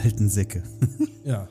alten Säcke. Ja.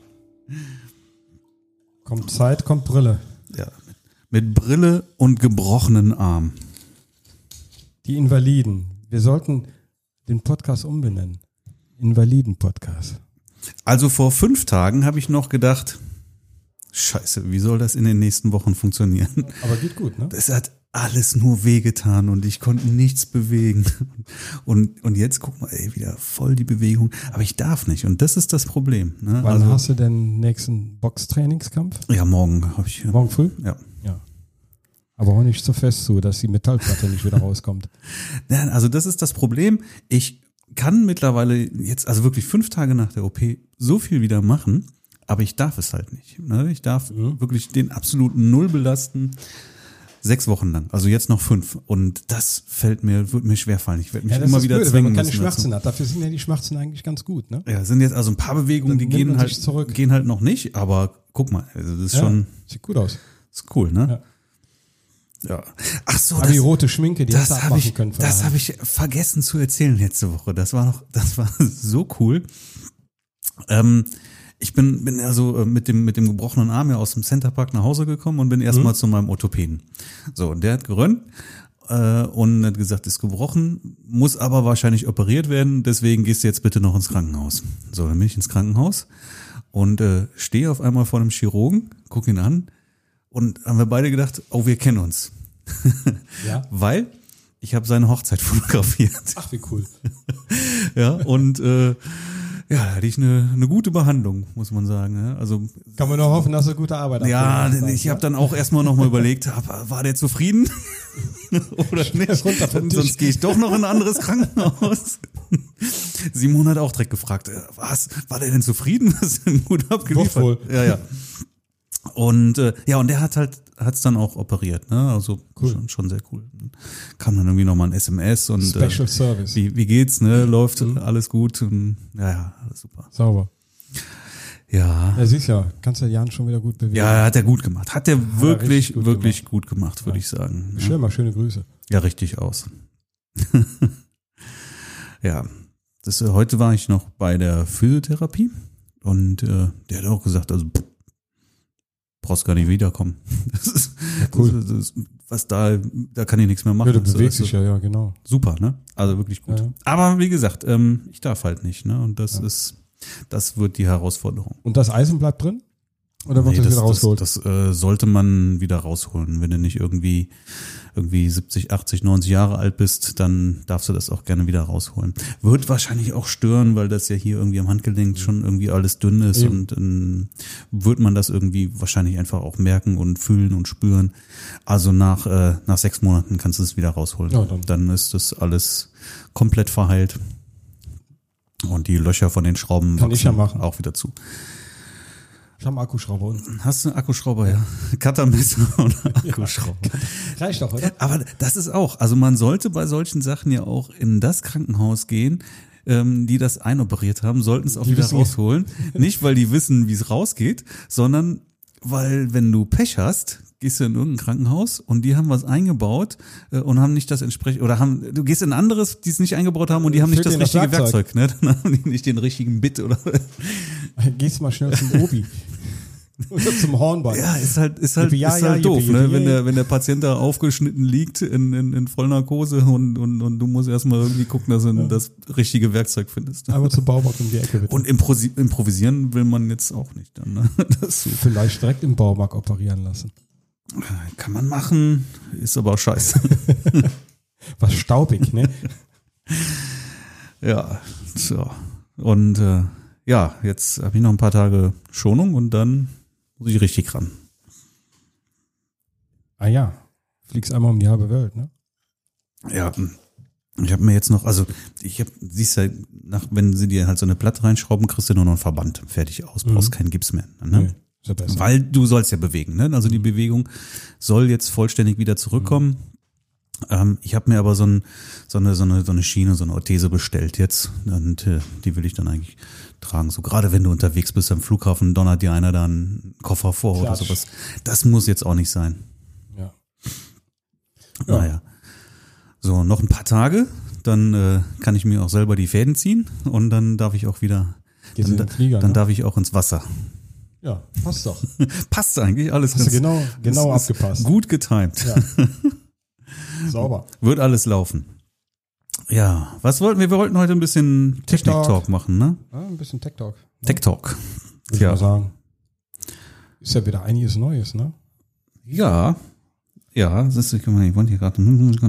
Kommt Zeit, kommt Brille. Ja, mit Brille und gebrochenen Arm. Die Invaliden. Wir sollten den Podcast umbenennen. Invaliden-Podcast. Also vor 5 Tagen habe ich noch gedacht, Scheiße, wie soll das in den nächsten Wochen funktionieren? Aber geht gut, ne? Das hat alles nur wehgetan und ich konnte nichts bewegen. Und jetzt guck mal, ey, wieder voll die Bewegung. Aber ich darf nicht und das ist das Problem. Ne? Wann hast du den nächsten Boxtrainingskampf? Ja, morgen habe ich. Morgen früh? Ja. Aber auch nicht so fest zu, dass die Metallplatte nicht wieder rauskommt. Ja, also das ist das Problem. Ich kann mittlerweile jetzt, also wirklich 5 Tage nach der OP, so viel wieder machen, aber ich darf es halt nicht. Ne? Ich darf wirklich den absoluten Null belasten. 6 Wochen lang, also jetzt noch 5. Und das wird mir schwerfallen. Ich werde mich immer wieder zwingen, wenn man keine müssen Schmerzen hat. Dafür sind ja die Schmerzen eigentlich ganz gut, ne? Ja, sind jetzt also ein paar Bewegungen, die gehen halt noch nicht, aber guck mal, also das ist schon. Sieht gut aus. Ist cool, ne? Ja. Ach so, aber die rote Schminke, die hast du abmachen können. Das habe ich vergessen zu erzählen letzte Woche. Das war so cool. Ich bin also mit dem gebrochenen Arm ja aus dem Centerpark nach Hause gekommen und bin erstmal zu meinem Orthopäden. So, und der hat geröntgt und hat gesagt, ist gebrochen, muss aber wahrscheinlich operiert werden, deswegen gehst du jetzt bitte noch ins Krankenhaus. So, dann bin ich ins Krankenhaus und stehe auf einmal vor einem Chirurgen, guck ihn an und haben wir beide gedacht, oh, wir kennen uns. Ja. Weil ich habe seine Hochzeit fotografiert. Ach, wie cool. Ja, und ja, da hatte ich eine gute Behandlung, muss man sagen. Ja. Also kann man nur hoffen, dass er gute Arbeit hat. Ja, ich habe dann auch erstmal nochmal überlegt, war der zufrieden oder nicht? Sonst gehe ich doch noch in ein anderes Krankenhaus. Simon hat auch direkt gefragt, was, war der denn zufrieden? Was ist denn gut abgeliefert? Wohl. Ja. Und und der hat's dann auch operiert, ne? Also cool. schon sehr cool. Kam dann irgendwie nochmal ein SMS und Special Service. Wie geht's, ne? Läuft alles gut? Und, ja, alles super. Sauber. Ja. Ja, siehst ja, kannst du Jan schon wieder gut bewegen. Ja, hat er gut gemacht. Hat er wirklich gut gemacht, würde ich sagen. Schön, mal schöne Grüße. Ja, richtig aus. Ja, heute war ich noch bei der Physiotherapie und der hat auch gesagt, also brauchst gar nicht wiederkommen. Das ist cool. Das ist, was da kann ich nichts mehr machen. Ja, du bewegst dich ja, genau. Super, ne? Also wirklich gut. Ja. Aber wie gesagt, ich darf halt nicht, ne? Und das wird die Herausforderung. Und das Eisen bleibt drin? Oder wird das wieder rausgeholt? Das sollte man wieder rausholen. Wenn du nicht irgendwie 70, 80, 90 Jahre alt bist, dann darfst du das auch gerne wieder rausholen. Wird wahrscheinlich auch stören, weil das ja hier irgendwie am Handgelenk schon irgendwie alles dünn ist. Eben. Und wird man das irgendwie wahrscheinlich einfach auch merken und fühlen und spüren. Also nach 6 Monaten kannst du es wieder rausholen. Ja, dann ist das alles komplett verheilt. Und die Löcher von den Schrauben wachsen auch wieder zu. Ich habe einen Akkuschrauber unten. Hast du einen Akkuschrauber, ja? Cuttermesser oder Akkuschrauber. Ja, reicht doch, oder? Aber das ist auch, also man sollte bei solchen Sachen ja auch in das Krankenhaus gehen, die das einoperiert haben, sollten es auch wieder rausholen. Nicht, weil die wissen, wie es rausgeht, sondern weil, wenn du Pech hast, gehst du in irgendein Krankenhaus und die haben was eingebaut und haben nicht das entsprechend, oder du gehst in ein anderes, die es nicht eingebaut haben und die haben nicht das richtige Werkzeug, ne? Dann haben die nicht den richtigen Bit oder. Gehst mal schnell zum Obi. Oder zum Hornbein. Ja, ist halt doof, ne? Wenn der Patient da aufgeschnitten liegt in Vollnarkose und du musst erstmal irgendwie gucken, dass du das richtige Werkzeug findest. Einmal zum Baumarkt um die Ecke bitte. Und improvisieren will man jetzt auch nicht dann, ne? Vielleicht direkt im Baumarkt operieren lassen. Kann man machen, ist aber auch scheiße. Was staubig, ne? Ja, so. Und jetzt habe ich noch ein paar Tage Schonung und dann muss ich richtig ran. Ah ja, fliegst einmal um die halbe Welt, ne? Ja, ich habe mir jetzt noch, siehst ja, wenn sie dir halt so eine Platte reinschrauben, kriegst du nur noch einen Verband, fertig aus, brauchst keinen Gips mehr, ne? Nee. Weil du sollst ja bewegen, ne? Also die Bewegung soll jetzt vollständig wieder zurückkommen. Ich habe mir aber so eine Schiene, so eine Orthese bestellt jetzt und die will ich dann eigentlich tragen. So gerade wenn du unterwegs bist am Flughafen, donnert dir einer da einen Koffer vor oder sowas. Das muss jetzt auch nicht sein. Ja. Naja. So, noch ein paar Tage, dann kann ich mir auch selber die Fäden ziehen und dann darf ich auch wieder Gehst in den Flieger, dann darf ich auch ins Wasser. Ja, passt doch. Passt eigentlich alles. Hast du genau abgepasst. Gut getimt. Ja. Sauber. Wird alles laufen. Ja, was wollten wir? Wir wollten heute ein bisschen Technik-Talk machen, ne? Ja, ein bisschen Tech-Talk. Tech-Talk. Würde ich mal sagen. Ist ja wieder einiges Neues, ne? Ja. Ja, das ist, ich wollte hier gerade.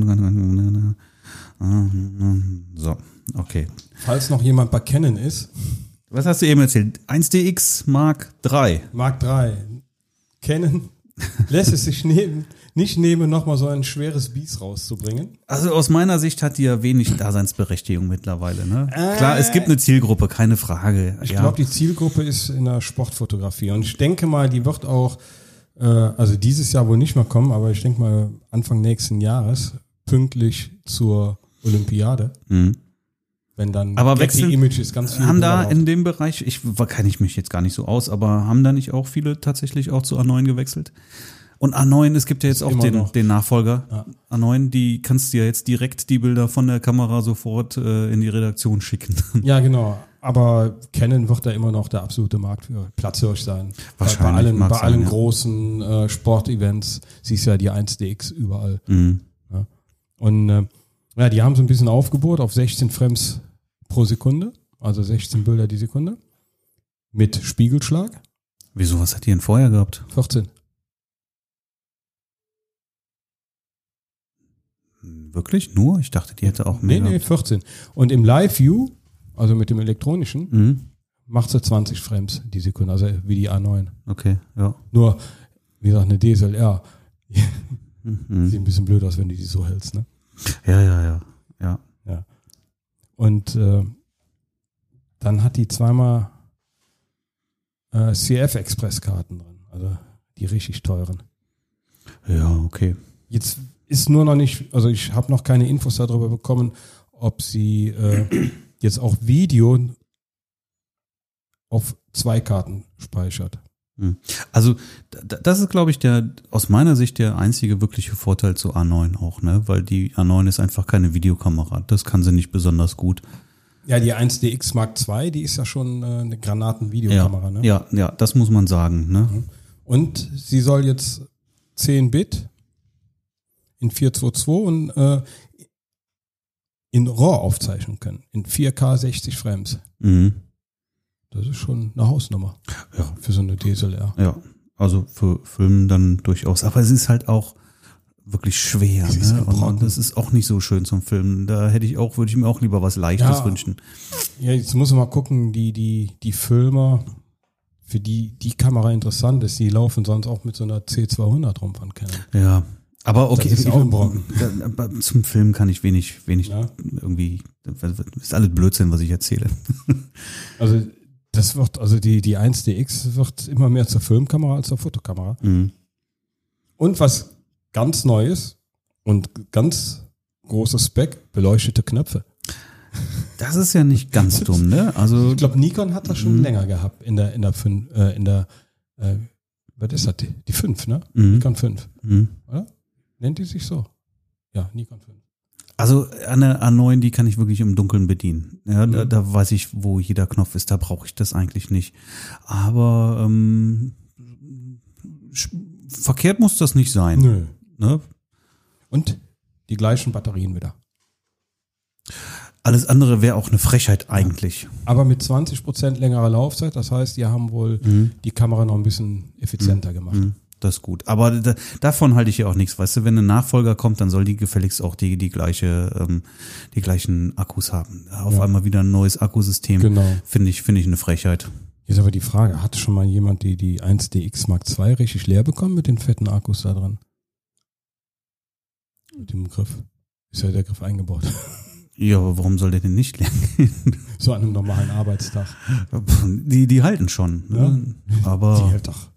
So, okay. Falls noch jemand bei Canon ist. Was hast du eben erzählt? 1DX Mark III. Mark III. Canon lässt es sich nicht nehmen, nochmal so ein schweres Biest rauszubringen. Also aus meiner Sicht hat die ja wenig Daseinsberechtigung mittlerweile. Ne? Klar, es gibt eine Zielgruppe, keine Frage. Ich glaube, die Zielgruppe ist in der Sportfotografie. Und ich denke mal, die wird auch, also dieses Jahr wohl nicht mehr kommen, aber ich denke mal Anfang nächsten Jahres, pünktlich zur Olympiade. Mhm. Wenn dann aber Getty Images ganz viele haben da in dem Bereich, kenne ich mich jetzt gar nicht so aus, aber haben da nicht auch viele tatsächlich auch zu A9 gewechselt? Und A9, es gibt ja jetzt auch den Nachfolger. Ja. A9, die kannst du ja jetzt direkt die Bilder von der Kamera sofort in die Redaktion schicken. Ja, genau. Aber Canon wird da immer noch der absolute Platzhirsch sein. Wahrscheinlich. Bei allen großen Sportevents siehst du ja die 1DX überall. Mhm. Ja. Und die haben so ein bisschen aufgebohrt auf 16 Frames pro Sekunde, also 16 Bilder die Sekunde, mit Spiegelschlag. Wieso, was hat die denn vorher gehabt? 14. Wirklich? Nur? Ich dachte, die hätte auch mehr. Nee, 14. Und im Live-View, also mit dem elektronischen, macht sie 20 Frames die Sekunde, also wie die A9. Okay, ja. Nur, wie gesagt, eine DSLR sieht ein bisschen blöd aus, wenn du die so hältst, ne? Ja. Und dann hat die zweimal CF-Express-Karten drin, also die richtig teuren. Ja, okay. Jetzt ist nur noch nicht, also ich habe noch keine Infos darüber bekommen, ob sie jetzt auch Video auf 2 Karten speichert. Also das ist, glaube ich, aus meiner Sicht der einzige wirkliche Vorteil zu A9 auch, ne? Weil die A9 ist einfach keine Videokamera. Das kann sie nicht besonders gut. Ja, die 1DX Mark II, die ist ja schon eine Granaten-Videokamera, ne? Ja, das muss man sagen, ne? Und sie soll jetzt 10 Bit in 422 und in RAW aufzeichnen können. In 4K 60 Frames. Mhm. Das ist schon eine Hausnummer. Ja. Für so eine DSLR. Ja, also für Filmen dann durchaus. Aber es ist halt auch wirklich schwer, ne? Und das ist auch nicht so schön zum Filmen. Da würde ich mir auch lieber was Leichtes wünschen. Ja, jetzt muss man mal gucken, die Filmer, für die Kamera interessant ist, die laufen sonst auch mit so einer C200 rum von Canon. Ja. Aber okay, das ist auch ein Brocken. Zum Film kann ich wenig irgendwie, das ist alles Blödsinn, was ich erzähle. Also die 1DX wird immer mehr zur Filmkamera als zur Fotokamera. Mhm. Und was ganz Neues und ganz großes Spec, beleuchtete Knöpfe. Das ist ja nicht ganz dumm, ne? Also ich glaube, Nikon hat das schon länger gehabt in der was ist das? Die 5, ne? Nikon 5. Oder? Nennt die sich so? Ja, Nikon 5. Also eine A9, die kann ich wirklich im Dunkeln bedienen. Ja, da weiß ich, wo jeder Knopf ist, da brauche ich das eigentlich nicht. Aber verkehrt muss das nicht sein. Nö. Ne? Und die gleichen Batterien wieder. Alles andere wäre auch eine Frechheit eigentlich. Aber mit 20% längerer Laufzeit, das heißt, die haben wohl die Kamera noch ein bisschen effizienter gemacht. Das ist gut. Aber davon halte ich ja auch nichts. Weißt du, wenn ein Nachfolger kommt, dann soll die gefälligst auch die gleichen Akkus haben. Auf einmal wieder ein neues Akkusystem. Genau. Finde ich eine Frechheit. Jetzt aber die Frage, hat schon mal jemand die 1DX Mark II richtig leer bekommen mit den fetten Akkus da drin? Mit dem Griff. Ist ja der Griff eingebaut. Ja, aber warum soll der denn nicht leer gehen? So an einem normalen Arbeitstag. Die halten schon. Ne? Ja. Aber die hält doch.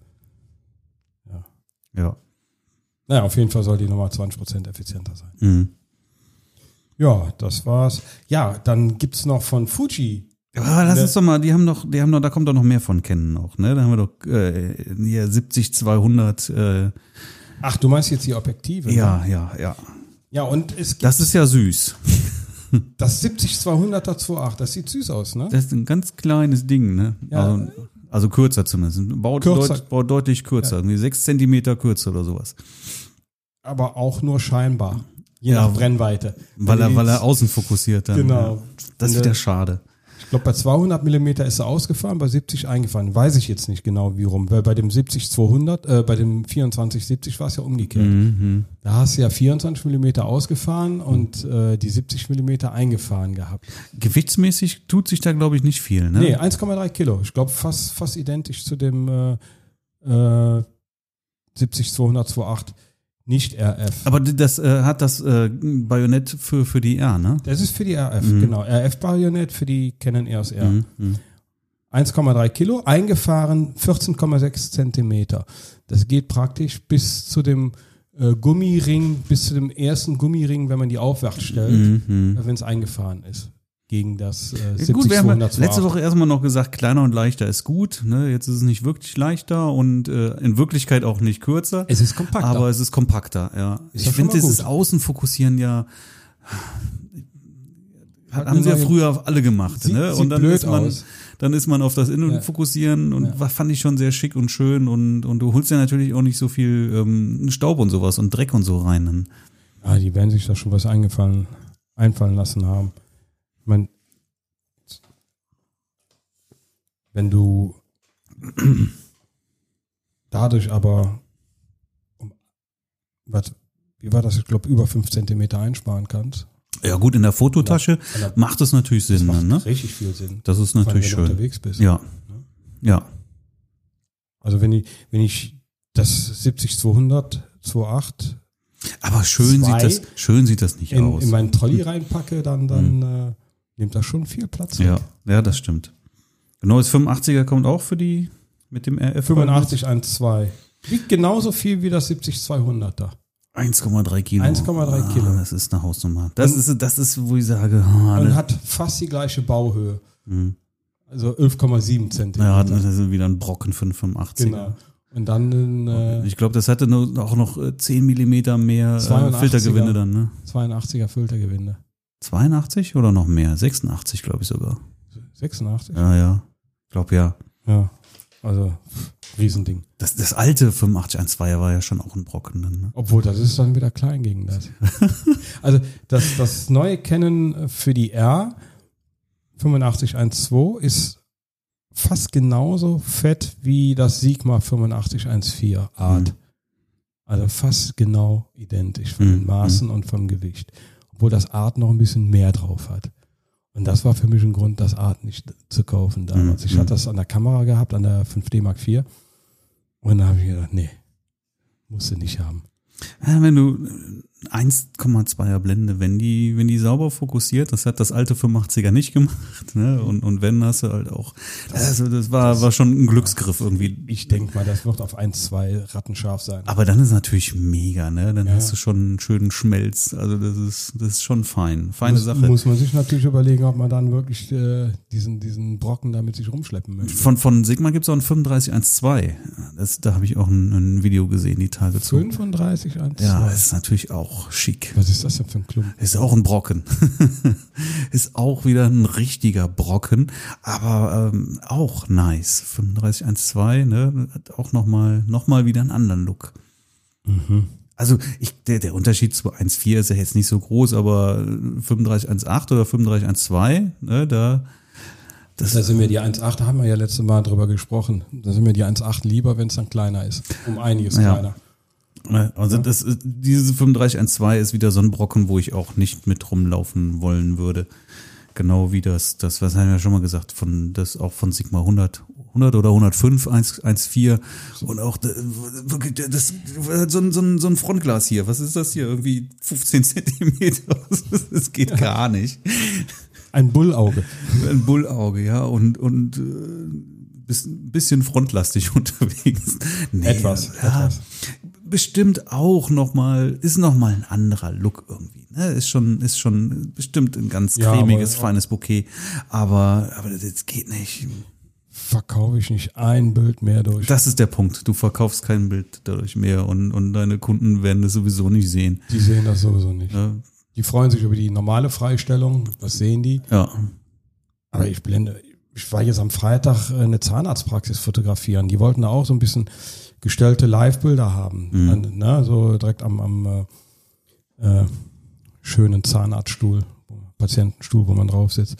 Ja. Naja, auf jeden Fall soll die nochmal 20% effizienter sein. Mhm. Ja, das war's. Ja, dann gibt's noch von Fuji. Ja, lass uns doch mal, die haben noch, da kommt doch noch mehr von Canon noch, ne? Da haben wir doch hier 70-200. Ach, du meinst jetzt die Objektive? Ja, ne? ja. Ja, und es gibt. Das ist ja süß. Das 70-200er 2.8, das sieht süß aus, ne? Das ist ein ganz kleines Ding, ne? Ja. Also kürzer zumindest. Baut deutlich kürzer, irgendwie 6 Zentimeter kürzer oder sowas. Aber auch nur scheinbar. Je nach Brennweite. Weil er außen fokussiert dann. Genau. Ja. Das ist wieder schade. Ich glaube, bei 200 Millimeter ist er ausgefahren, bei 70 eingefahren. Weiß ich jetzt nicht genau, wie rum. Weil bei dem 70-200, bei dem 24-70 war es ja umgekehrt. Mhm. Da hast du ja 24 Millimeter ausgefahren und die 70 Millimeter eingefahren gehabt. Gewichtsmäßig tut sich da, glaube ich, nicht viel, ne? Nee, 1,3 Kilo. Ich glaube, fast identisch zu dem 70-200 2.8. Nicht RF. Aber das hat das Bajonett für die R, ne? Das ist für die RF, genau. RF-Bajonett für die Canon EOS R. 1,3 Kilo, eingefahren 14,6 Zentimeter. Das geht praktisch bis zu dem Gummiring, bis zu dem ersten Gummiring, wenn man die aufwärts stellt, wenn es eingefahren ist. Gegen das 70-200. Wir haben letzte Woche erstmal noch gesagt, kleiner und leichter ist gut. Ne? Jetzt ist es nicht wirklich leichter und in Wirklichkeit auch nicht kürzer. Es ist kompakter. Aber es ist kompakter, ja. Ich finde dieses Außenfokussieren ja, haben sie ja früher alle gemacht. Ne? Und dann ist man auf das Innenfokussieren und fand ich schon sehr schick und schön und du holst ja natürlich auch nicht so viel Staub und sowas und Dreck und so rein. Dann. Ja, die werden sich da schon was einfallen lassen haben. Ich meine, wenn du dadurch aber, wie war das, ich glaube, über 5 Zentimeter einsparen kannst. Ja gut, in der Fototasche macht es natürlich Sinn. Das macht ne? richtig viel Sinn. Das ist natürlich schön. Wenn du unterwegs bist. Ja. Ja. Also wenn ich das 70-200 2.8 aber schön sieht das nicht aus. In meinen Trolley reinpacke, dann nimmt das schon viel Platz weg. Ja, das stimmt. Genau, das 85er kommt auch für die mit dem RF. 85-1.2. Wiegt genauso viel wie das 70-200er. 1,3 Kilo. 1,3 Kilo. Das ist eine Hausnummer. Das ist, wo ich sage. Und hat fast die gleiche Bauhöhe. Also 11,7 Zentimeter. Ja, das ist wieder ein Brocken für einen 85er. Genau. Und dann ich glaube, das hatte auch noch 10 Millimeter mehr Filtergewinde dann, ne? 82er Filtergewinde. 82 oder noch mehr? 86, glaube ich sogar. 86? Ja. Ich glaube, ja. Ja, also Riesending. Das alte 85-1.2er war ja schon auch ein Brocken dann, ne? Obwohl, das ist dann wieder klein gegen das. Also das neue Canon für die R 85-1.2 ist fast genauso fett wie das Sigma 85-1.4 Art. Also fast genau identisch von den Maßen und vom Gewicht. Obwohl das Art noch ein bisschen mehr drauf hat. Und das war für mich ein Grund, das Art nicht zu kaufen damals. Ich hatte das an der Kamera gehabt, an der 5D Mark IV. Und da habe ich gedacht, nee, musst du nicht haben. Ja, wenn du 1,2er Blende, wenn die sauber fokussiert, das hat das alte 85er nicht gemacht, ne? Und wenn, hast du halt auch, also das war schon ein Glücksgriff irgendwie. Ich denke mal, das wird auf 1-2 rattenscharf sein. Aber dann ist natürlich mega, ne? Dann hast du schon einen schönen Schmelz, also das ist schon feine Sache. Muss man sich natürlich überlegen, ob man dann wirklich diesen Brocken da mit sich rumschleppen möchte. Von Sigma gibt's auch einen 35-1.2. Da habe ich auch ein Video gesehen, die Tage zu. 35-1.2? Ja, ist natürlich auch schick. Was ist das denn für ein Klumpen? Ist auch ein Brocken. Ist auch wieder ein richtiger Brocken, aber auch nice. 35-1.2, ne? Hat auch nochmal wieder einen anderen Look. Also der Unterschied zu 1.4 ist ja jetzt nicht so groß, aber 35-1.8 oder 35-1.2, ne, da sind mir die 1.8, da haben wir ja letztes Mal drüber gesprochen. Da sind mir die 1.8 lieber, wenn es dann kleiner ist. Um einiges kleiner. Also diese 35-1.2 ist wieder so ein Brocken, wo ich auch nicht mit rumlaufen wollen würde. Genau wie das, was haben wir ja schon mal gesagt, auch von Sigma 100 oder 105, 1.4 und auch das so ein Frontglas hier. Was ist das hier? Irgendwie 15 Zentimeter. Das geht gar nicht. Ein Bullauge. Ein Bullauge, ja, und bisschen frontlastig unterwegs. Nee, etwas. Bestimmt auch ist nochmal ein anderer Look irgendwie. Ne? Ist schon bestimmt ein ganz cremiges, feines Bouquet. Aber das geht nicht. Verkaufe ich nicht ein Bild mehr durch. Das ist der Punkt. Du verkaufst kein Bild dadurch mehr und deine Kunden werden das sowieso nicht sehen. Die sehen das sowieso nicht. Die freuen sich über die normale Freistellung. Was sehen die? Ja. Aber ich war jetzt am Freitag eine Zahnarztpraxis fotografieren. Die wollten da auch so ein bisschen gestellte Live-Bilder haben. So direkt am schönen Zahnarztstuhl, Patientenstuhl, wo man drauf sitzt.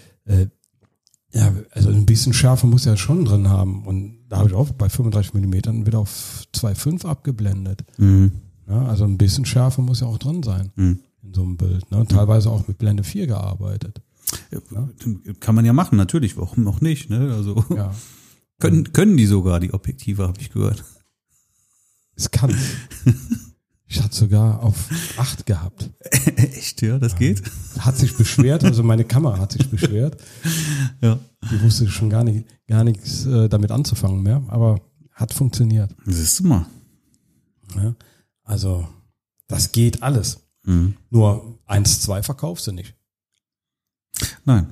Also ein bisschen Schärfe muss ja schon drin haben. Und da habe ich auch bei 35 Millimetern wieder auf 2,5 abgeblendet. Ja, also ein bisschen Schärfe muss ja auch drin sein in so einem Bild. Ne? Und teilweise auch mit Blende 4 gearbeitet. Ja. Kann man ja machen, natürlich. Warum auch nicht? Ne? Also können die sogar, die Objektive, habe ich gehört. Es kann. Ich hatte sogar auf 8 gehabt. Echt, ja, das geht? Hat sich beschwert, also meine Kamera hat sich beschwert. Ja. Die wusste schon gar nichts damit anzufangen mehr, aber hat funktioniert. Siehst du mal. Ja, also, das geht alles. Nur 1,2 verkaufst du nicht. Nein.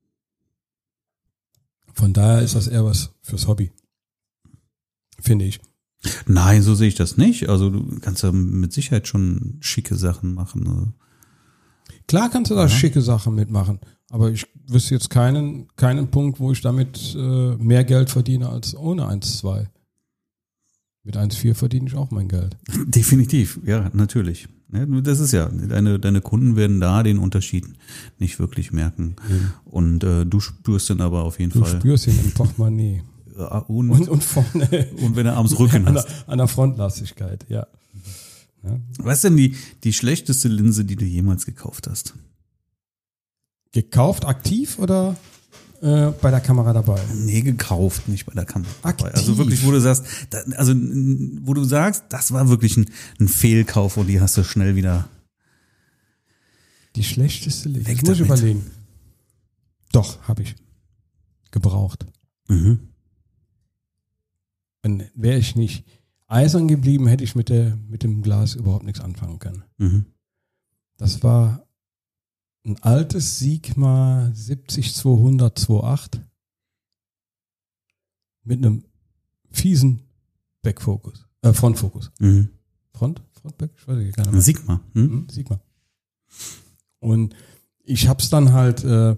Von daher ist das eher was fürs Hobby. Finde ich. Nein, so sehe ich das nicht. Also du kannst ja mit Sicherheit schon schicke Sachen machen. Also. Klar kannst du da schicke Sachen mitmachen, aber ich wüsste jetzt keinen Punkt, wo ich damit mehr Geld verdiene als ohne 1,2. Mit 1,4 verdiene ich auch mein Geld. Definitiv, ja, natürlich. Das ist ja, deine Kunden werden da den Unterschied nicht wirklich merken. Und du spürst dann aber auf jeden Fall. Du spürst ihn im Portemonnaie. Und vorne. Und wenn er abends Rücken hast. An der Frontlastigkeit, ja. Was ist denn die schlechteste Linse, die du jemals gekauft hast? Gekauft, aktiv oder bei der Kamera dabei? Nee, gekauft, nicht bei der Kamera aktiv. dabei. Also wirklich, wo du sagst, das war wirklich ein Fehlkauf und die hast du schnell wieder. Die schlechteste Linse. Ich muss überlegen. Doch, habe ich. Gebraucht. Und wäre ich nicht eisern geblieben, hätte ich mit dem Glas überhaupt nichts anfangen können. Das war ein altes Sigma 70-200 2.8 mit einem fiesen Backfokus, Frontfokus. Frontback? Ich weiß gar nicht mehr. Sigma. Sigma. Und ich hab's dann halt da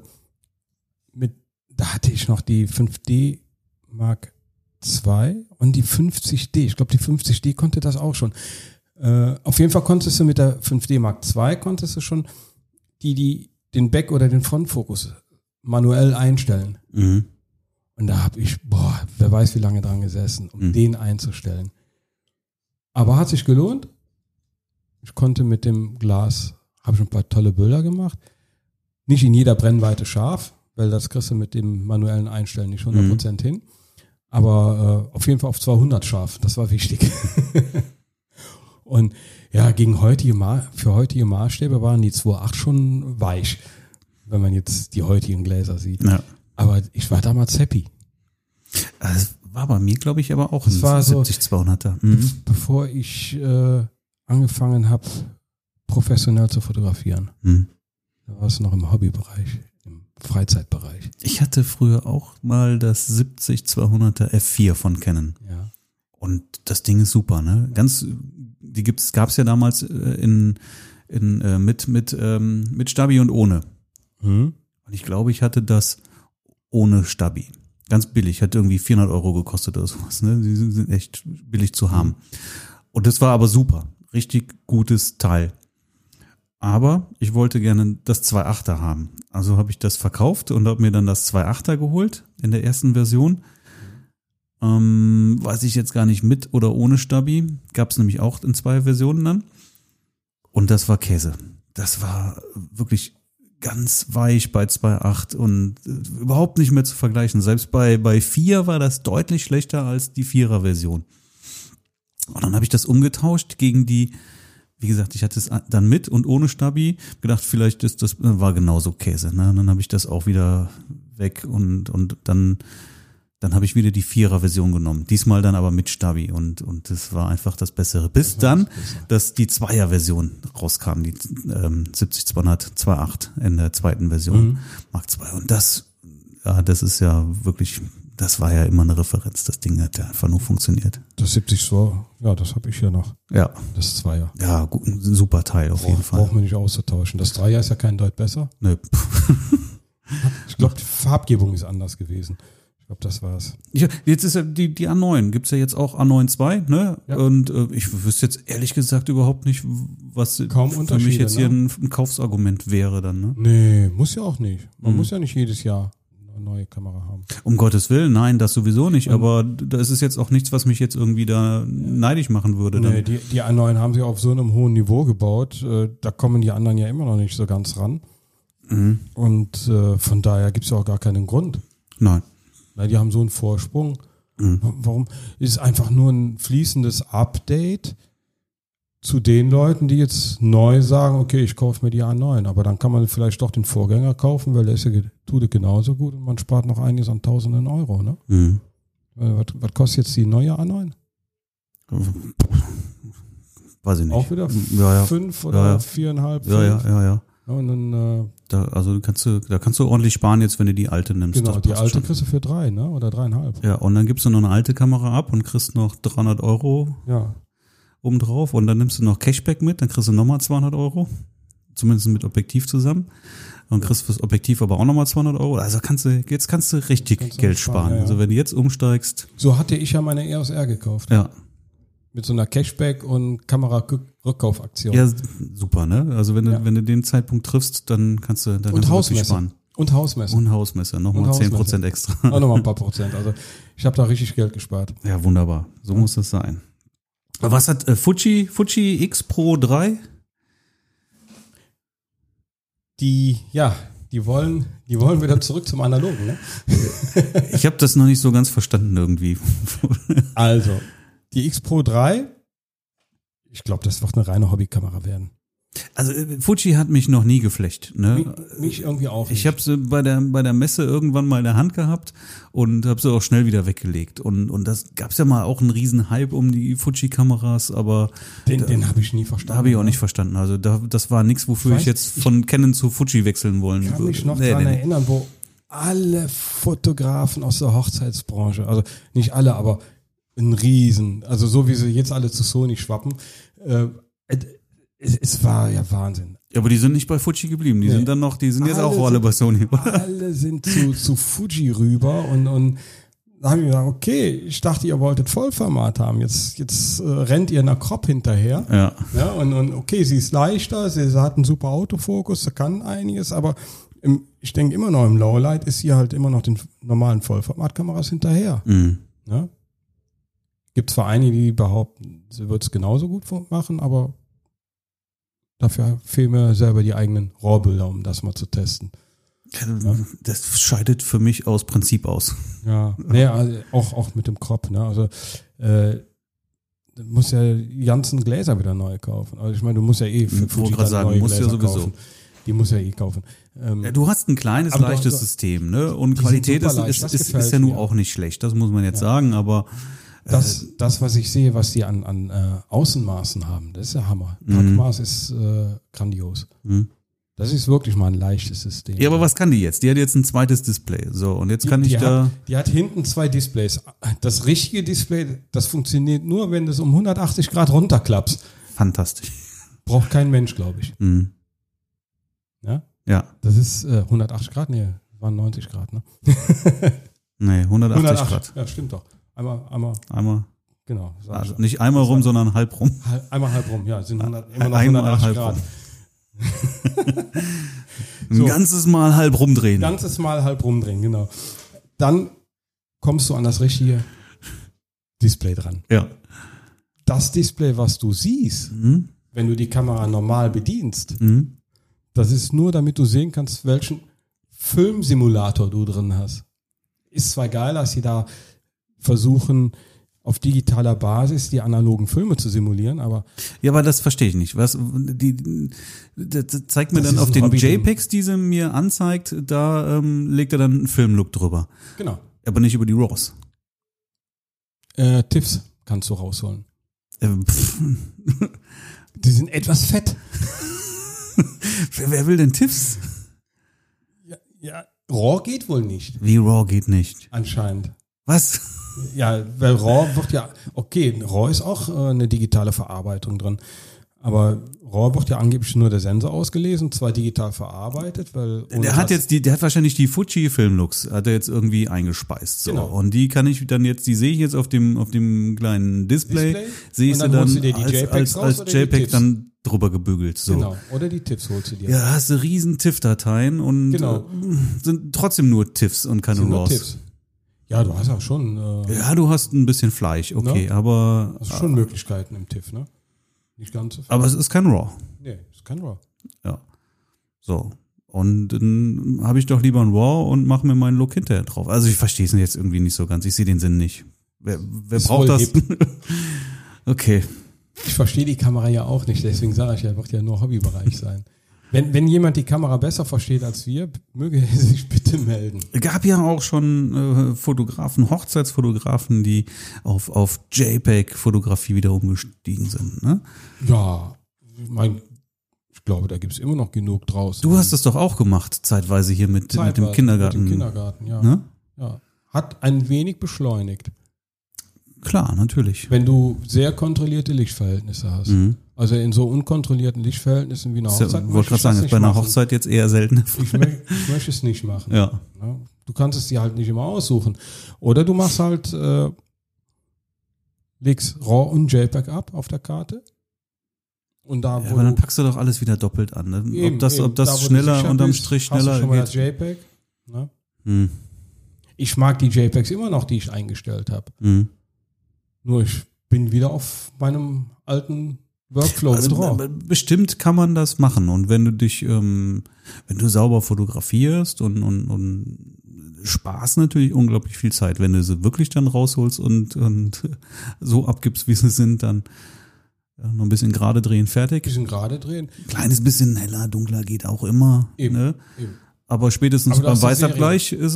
hatte ich noch die 5D Mark II und die 50D. Ich glaube, die 50D konnte das auch schon. Auf jeden Fall konntest du mit der 5D Mark II schon den Back- oder den Frontfokus manuell einstellen. Und da habe ich, wer weiß wie lange dran gesessen, um den einzustellen. Aber hat sich gelohnt. Ich konnte mit dem Glas, habe schon ein paar tolle Bilder gemacht. Nicht in jeder Brennweite scharf, weil das kriegst du mit dem manuellen Einstellen nicht 100% hin. Aber auf jeden Fall auf 200 scharf, das war wichtig. Und ja, für heutige Maßstäbe waren die 2.8 schon weich, wenn man jetzt die heutigen Gläser sieht. Ja. Aber ich war damals happy. Das war bei mir, glaube ich, aber auch ein 70-200er. Bevor ich angefangen habe, professionell zu fotografieren. Da war es noch im Hobbybereich. Freizeitbereich. Ich hatte früher auch mal das 70-200er F4 von Canon. Ja. Und das Ding ist super, ne? Gab's ja damals mit Stabi und ohne. Und ich glaube, ich hatte das ohne Stabi. Ganz billig, hat irgendwie 400 € gekostet oder sowas, ne? Die sind echt billig zu haben. Und das war aber super. Richtig gutes Teil. Aber ich wollte gerne das 2.8er haben. Also habe ich das verkauft und habe mir dann das 2.8er geholt in der ersten Version. Weiß ich jetzt gar nicht, mit oder ohne Stabi. Gab es nämlich auch in 2 Versionen dann. Und das war Käse. Das war wirklich ganz weich bei 2.8 und überhaupt nicht mehr zu vergleichen. Selbst bei 4 war das deutlich schlechter als die 4er Version. Und dann habe ich das umgetauscht gegen die. Wie gesagt, ich hatte es dann mit und ohne Stabi gedacht, vielleicht ist das, war genauso Käse. Ne? Und dann habe ich das auch wieder weg und dann habe ich wieder die 4er-Version genommen. Diesmal dann aber mit Stabi und das war einfach das Bessere. Bis dann, dass die 2er-Version rauskam, die 70-200 2.8 in der zweiten Version, Mark II. Und das ist ja wirklich, Das war ja immer eine Referenz. Das Ding hat ja einfach nur funktioniert. Das 70-2, ja, das habe ich hier noch. Ja. Das 2er. Ja, gut, ein super Teil auf jeden Fall. Braucht man nicht auszutauschen. Das 3er ist ja kein Deut besser. Nö. Ich glaube, die Farbgebung ist anders gewesen. Ich glaube, das war's. Ja, jetzt ist ja die A9. Gibt's ja jetzt auch A9 II, ne? Ja. Und ich wüsste jetzt ehrlich gesagt überhaupt nicht, was Kaum für mich jetzt hier ein Kaufsargument wäre dann, ne? Nee, muss ja auch nicht. Man muss ja nicht jedes Jahr eine neue Kamera haben. Um Gottes Willen, nein, das sowieso nicht. Aber das ist jetzt auch nichts, was mich jetzt irgendwie da neidisch machen würde. Nee, die A9 haben sie auf so einem hohen Niveau gebaut. Da kommen die anderen ja immer noch nicht so ganz ran. Mhm. Und von daher gibt's ja auch gar keinen Grund. Nein. Na, die haben so einen Vorsprung. Warum? Ist einfach nur ein fließendes Update zu den Leuten, die jetzt neu sagen, okay, ich kaufe mir die A9, aber dann kann man vielleicht doch den Vorgänger kaufen, weil der ist ja, tut es genauso gut und man spart noch einiges an Tausenden Euro, ne? Mhm. Was kostet jetzt die neue A9? Weiß ich nicht. Auch wieder 5 oder 4,5? Ja. Und dann, Da kannst du ordentlich sparen jetzt, wenn du die alte nimmst. genau, Das die passt alte schon. kriegst du für 3, ne? Oder 3,5. Ja, und dann gibst du noch eine alte Kamera ab und kriegst noch 300 Euro Ja. obendrauf und dann nimmst du noch Cashback mit, dann kriegst du nochmal 200 Euro. Zumindest mit Objektiv zusammen. Und kriegst fürs Objektiv aber auch nochmal 200 Euro. Also kannst du richtig Geld sparen. Ja. Also wenn du jetzt umsteigst. So hatte ich ja meine EOS R gekauft. Ja. Mit so einer Cashback- und Kamera-Rückkaufaktion. Ja, super, ne? Also wenn du den Zeitpunkt triffst, dann kannst du wirklich sparen. Und Hausmesser. Und Hausmesser, nochmal 10% extra. Auch nochmal ein paar Prozent. Also ich habe da richtig Geld gespart. Ja, wunderbar. So muss das sein. Aber was hat Fuji X Pro 3? Die wollen wieder zurück zum Analogen, ne? Ich habe das noch nicht so ganz verstanden irgendwie. Also, die X Pro 3, ich glaube, das wird eine reine Hobbykamera werden. Also Fuji hat mich noch nie geflecht. Ne? Mich irgendwie auch nicht. Ich habe sie bei der Messe irgendwann mal in der Hand gehabt und habe sie auch schnell wieder weggelegt. Und das gab's ja mal auch einen riesen Hype um die Fuji-Kameras, aber den habe ich nie verstanden. Habe ich auch nicht verstanden. Also das war nichts, wofür ich jetzt von Canon zu Fuji wechseln wollen würde. Ich kann mich noch daran erinnern, wo alle Fotografen aus der Hochzeitsbranche, also nicht alle, aber ein Riesen, also so wie sie jetzt alle zu Sony schwappen, es war ja Wahnsinn. Ja, aber die sind nicht bei Fuji geblieben. Die sind jetzt auch alle bei Sony. Alle sind zu Fuji rüber und da haben wir gesagt, okay, ich dachte, ihr wolltet Vollformat haben. Jetzt rennt ihr einer Crop hinterher. Ja, und okay, sie ist leichter, sie hat einen super Autofokus, sie kann einiges, aber ich denke immer noch im Lowlight ist sie halt immer noch den normalen Vollformatkameras hinterher. Mhm. Ja? Gibt zwar einige, die behaupten, sie wird es genauso gut machen, aber dafür fehlen mir selber die eigenen RAW-Bilder, um das mal zu testen. Ja? Das scheidet für mich aus Prinzip aus. Ja, also auch mit dem Crop. Ne? Also du musst ja die ganzen Gläser wieder neu kaufen. Also ich meine, du musst ja für Fuji neue Gläser kaufen. Die muss ja kaufen. Du hast ein kleines, leichtes System, ne? Und Qualität ist ja nun auch nicht schlecht. Das muss man jetzt sagen, aber das, was ich sehe, was die an Außenmaßen haben, das ist ja Hammer. Packmaß ist grandios. Das ist wirklich mal ein leichtes System. Ja, aber was kann die jetzt? Die hat jetzt ein zweites Display. So, und jetzt kann die hat hinten 2 Displays. Das richtige Display, das funktioniert nur, wenn du es um 180 Grad runterklappst. Fantastisch. Braucht kein Mensch, glaube ich. Mhm. Ja. Das ist 180 Grad? Nee, waren 90 Grad, ne? Nee, 180 Grad. Ja, stimmt doch. Einmal. Genau. Also nicht einmal rum, sondern halb rum. Einmal halb rum, ja. Sind immer noch 180 Grad. Ein ganzes Mal halb rumdrehen. Genau. Dann kommst du an das richtige Display dran. Ja. Das Display, was du siehst, wenn du die Kamera normal bedienst, das ist nur, damit du sehen kannst, welchen Filmsimulator du drin hast. Ist zwar geil, dass sie da versuchen, auf digitaler Basis die analogen Filme zu simulieren, aber... Ja, aber das verstehe ich nicht. Das zeigt mir dann auf den JPEGs, die sie mir anzeigt, da legt er dann einen Filmlook drüber. Genau. Aber nicht über die RAWs. TIFFs kannst du rausholen. Die sind etwas fett. Wer will denn TIFFs? Ja, RAW geht wohl nicht. Wie RAW geht nicht? Anscheinend. Was? Ja, weil RAW wird ja, okay, RAW ist auch eine digitale Verarbeitung drin. Aber RAW wird ja angeblich nur der Sensor ausgelesen, zwar digital verarbeitet, weil der hat wahrscheinlich die Fuji Filmlux, hat er jetzt irgendwie eingespeist. So. Genau. Und die kann ich dann jetzt, die sehe ich jetzt auf dem kleinen Display. Sehe ich sie dann als JPEG dann drüber gebügelt. So. Genau, oder die TIFFs holst du dir. Ja, hast du riesen TIFF-Dateien und sind trotzdem nur TIFFs und keine RAWs. Ja, du hast auch schon. Ja, du hast ein bisschen Fleisch, okay, ne? Aber. Hast schon Möglichkeiten im TIFF, ne? Nicht ganz so viel. Aber es ist kein RAW. Nee, es ist kein RAW. Ja. So. Und dann habe ich doch lieber ein RAW und mache mir meinen Look hinterher drauf. Also ich verstehe es jetzt irgendwie nicht so ganz. Ich sehe den Sinn nicht. Wer braucht das? Okay. Ich verstehe die Kamera ja auch nicht, deswegen sage ich ja, wird ja nur Hobbybereich sein. Wenn jemand die Kamera besser versteht als wir, möge er sich bitte melden. Es gab ja auch schon Hochzeitsfotografen, die auf JPEG-Fotografie wieder umgestiegen sind, ne? Ja, ich glaube, da gibt es immer noch genug draußen. Du hast das doch auch gemacht, zeitweise hier mit dem Kindergarten. Mit dem Kindergarten, ja. Ne? Ja. Hat ein wenig beschleunigt. Klar, natürlich. Wenn du sehr kontrollierte Lichtverhältnisse hast. Mhm. Also in so unkontrollierten Lichtverhältnissen wie einer Hochzeit. Ich wollte gerade sagen, ist bei einer Hochzeit jetzt eher selten. Ich möchte es nicht machen. Ja. Du kannst es dir halt nicht immer aussuchen. Oder du machst halt, legst RAW und JPEG ab auf der Karte. Und da, aber dann packst du doch alles wieder doppelt an. Ne? Ob das schneller unterm Strich schneller hast du schon mal das JPEG. Ne? Hm. Ich mag die JPEGs immer noch, die ich eingestellt habe. Hm. Nur ich bin wieder auf meinem alten Workflow mit RAW. Bestimmt kann man das machen. Und wenn du dich, wenn du sauber fotografierst und sparst natürlich unglaublich viel Zeit, wenn du sie wirklich dann rausholst und so abgibst, wie sie sind, dann noch ein bisschen gerade drehen, fertig. Bisschen gerade drehen. Kleines bisschen heller, dunkler geht auch immer. Eben, ne? eben. Aber spätestens beim Weißabgleich ist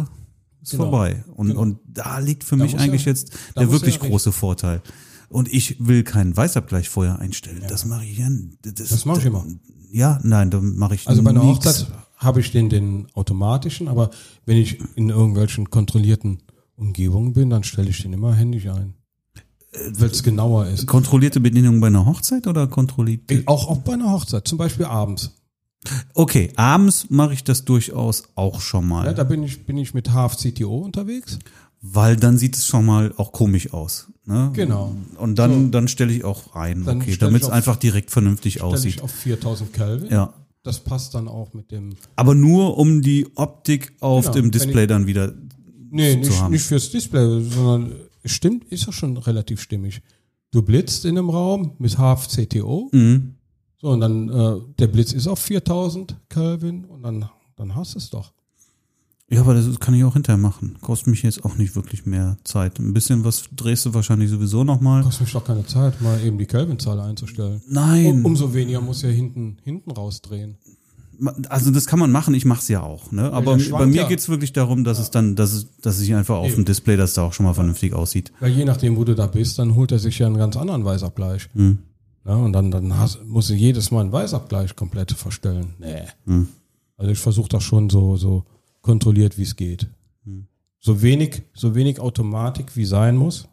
vorbei. Und da liegt für mich eigentlich jetzt der wirklich große Vorteil. Und ich will keinen Weißabgleich vorher einstellen. Ja. Das mache ich ja. Das mache ich immer. Ja, nein, dann mache ich also bei einer Hochzeit habe ich den automatischen, aber wenn ich in irgendwelchen kontrollierten Umgebungen bin, dann stelle ich den immer händisch ein. Weil es genauer ist. Kontrollierte Bedienung bei einer Hochzeit oder kontrollierte? Auch bei einer Hochzeit, zum Beispiel abends. Okay, abends mache ich das durchaus auch schon mal. Ja, da bin ich mit HFCTO unterwegs. Weil dann sieht es schon mal auch komisch aus. Ne? Genau. Und dann stelle ich auch ein, okay, damit es einfach direkt vernünftig aussieht. Stelle ich auf 4000 Kelvin. Ja. Das passt dann auch mit dem. Aber nur um die Optik auf dem Display dann wieder zu haben. Nicht fürs Display, sondern stimmt, ist ja schon relativ stimmig. Du blitzt in einem Raum mit HFCTO. Mhm. So, und dann der Blitz ist auf 4000 Kelvin und dann hast du es doch. Ja, aber das kann ich auch hinterher machen. Kostet mich jetzt auch nicht wirklich mehr Zeit. Ein bisschen was drehst du wahrscheinlich sowieso nochmal. Kostet mich doch keine Zeit, mal eben die Kelvinzahl einzustellen. Nein. Umso weniger muss ja hinten rausdrehen. Also das kann man machen, ich mache es ja auch. Ne? Aber bei mir geht's wirklich darum, dass es dann, dass ich einfach auf dem Display, dass da auch schon mal vernünftig aussieht. Weil je nachdem, wo du da bist, dann holt er sich ja einen ganz anderen Weißabgleich. Hm. Ja, und dann musst du jedes Mal einen Weißabgleich komplett verstellen. Nee. Hm. Also ich versuche das schon so kontrolliert, wie es geht. Hm. So wenig Automatik, wie sein muss.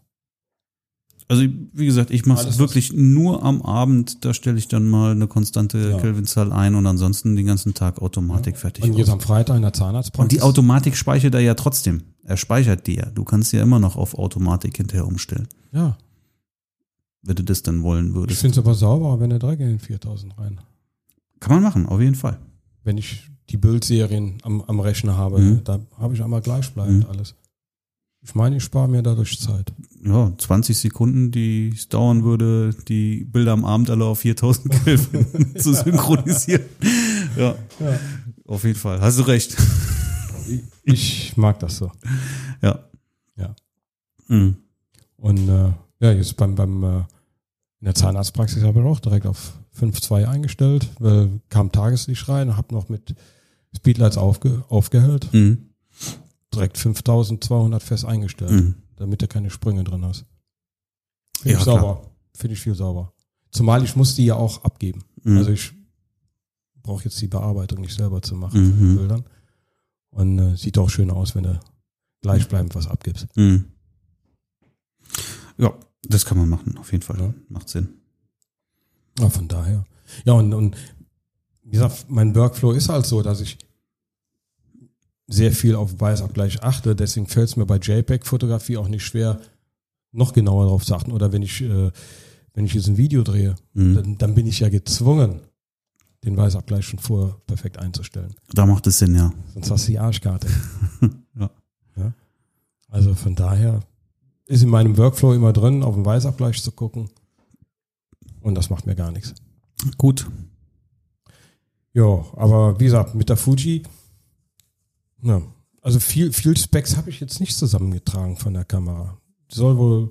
Also wie gesagt, ich mache es wirklich nur am Abend, da stelle ich dann mal eine konstante Kelvinzahl ein und ansonsten den ganzen Tag Automatik fertig. Und jetzt am Freitag in der Zahnarztpraxis. Und die Automatik speichert er ja trotzdem. Er speichert die ja. Du kannst ja immer noch auf Automatik hinterher umstellen. Ja. Wenn du das dann wollen würdest. Ich finde es aber sauberer, wenn er direkt in den 4000 rein. Kann man machen, auf jeden Fall. Wenn ich die Bildserien am Rechner habe, da habe ich einmal gleichbleibend alles. Ich meine, ich spare mir dadurch Zeit. Ja, 20 Sekunden, die es dauern würde, die Bilder am Abend alle auf 4000 Kelvin zu synchronisieren. Ja, auf jeden Fall. Hast du recht. Ich mag das so. Ja. Mhm. Und jetzt beim in der Zahnarztpraxis habe ich auch direkt auf 5.2 eingestellt, weil kam Tageslicht rein, habe noch mit Speedlights aufgehellt. Mhm. Direkt 5200 fest eingestellt, damit du keine Sprünge drin hast. Finde ich sauber. Finde ich viel sauber. Zumal ich muss die ja auch abgeben. Also ich brauche jetzt die Bearbeitung nicht selber zu machen von den Bildern. Und sieht auch schön aus, wenn du gleichbleibend was abgibst. Mhm. Ja, das kann man machen, auf jeden Fall. Ja. Macht Sinn. Ja, von daher. Ja, und wie gesagt, mein Workflow ist halt so, dass ich sehr viel auf Weißabgleich achte. Deswegen fällt es mir bei JPEG-Fotografie auch nicht schwer, noch genauer darauf zu achten. Oder wenn ich jetzt ein Video drehe, dann bin ich ja gezwungen, den Weißabgleich schon vorher perfekt einzustellen. Da macht es Sinn, ja. Sonst hast du die Arschkarte. Ja. Also von daher ist in meinem Workflow immer drin, auf den Weißabgleich zu gucken. Und das macht mir gar nichts. Gut. Ja, aber wie gesagt, mit der Fuji, ja, also viel Specs habe ich jetzt nicht zusammengetragen von der Kamera. Die soll wohl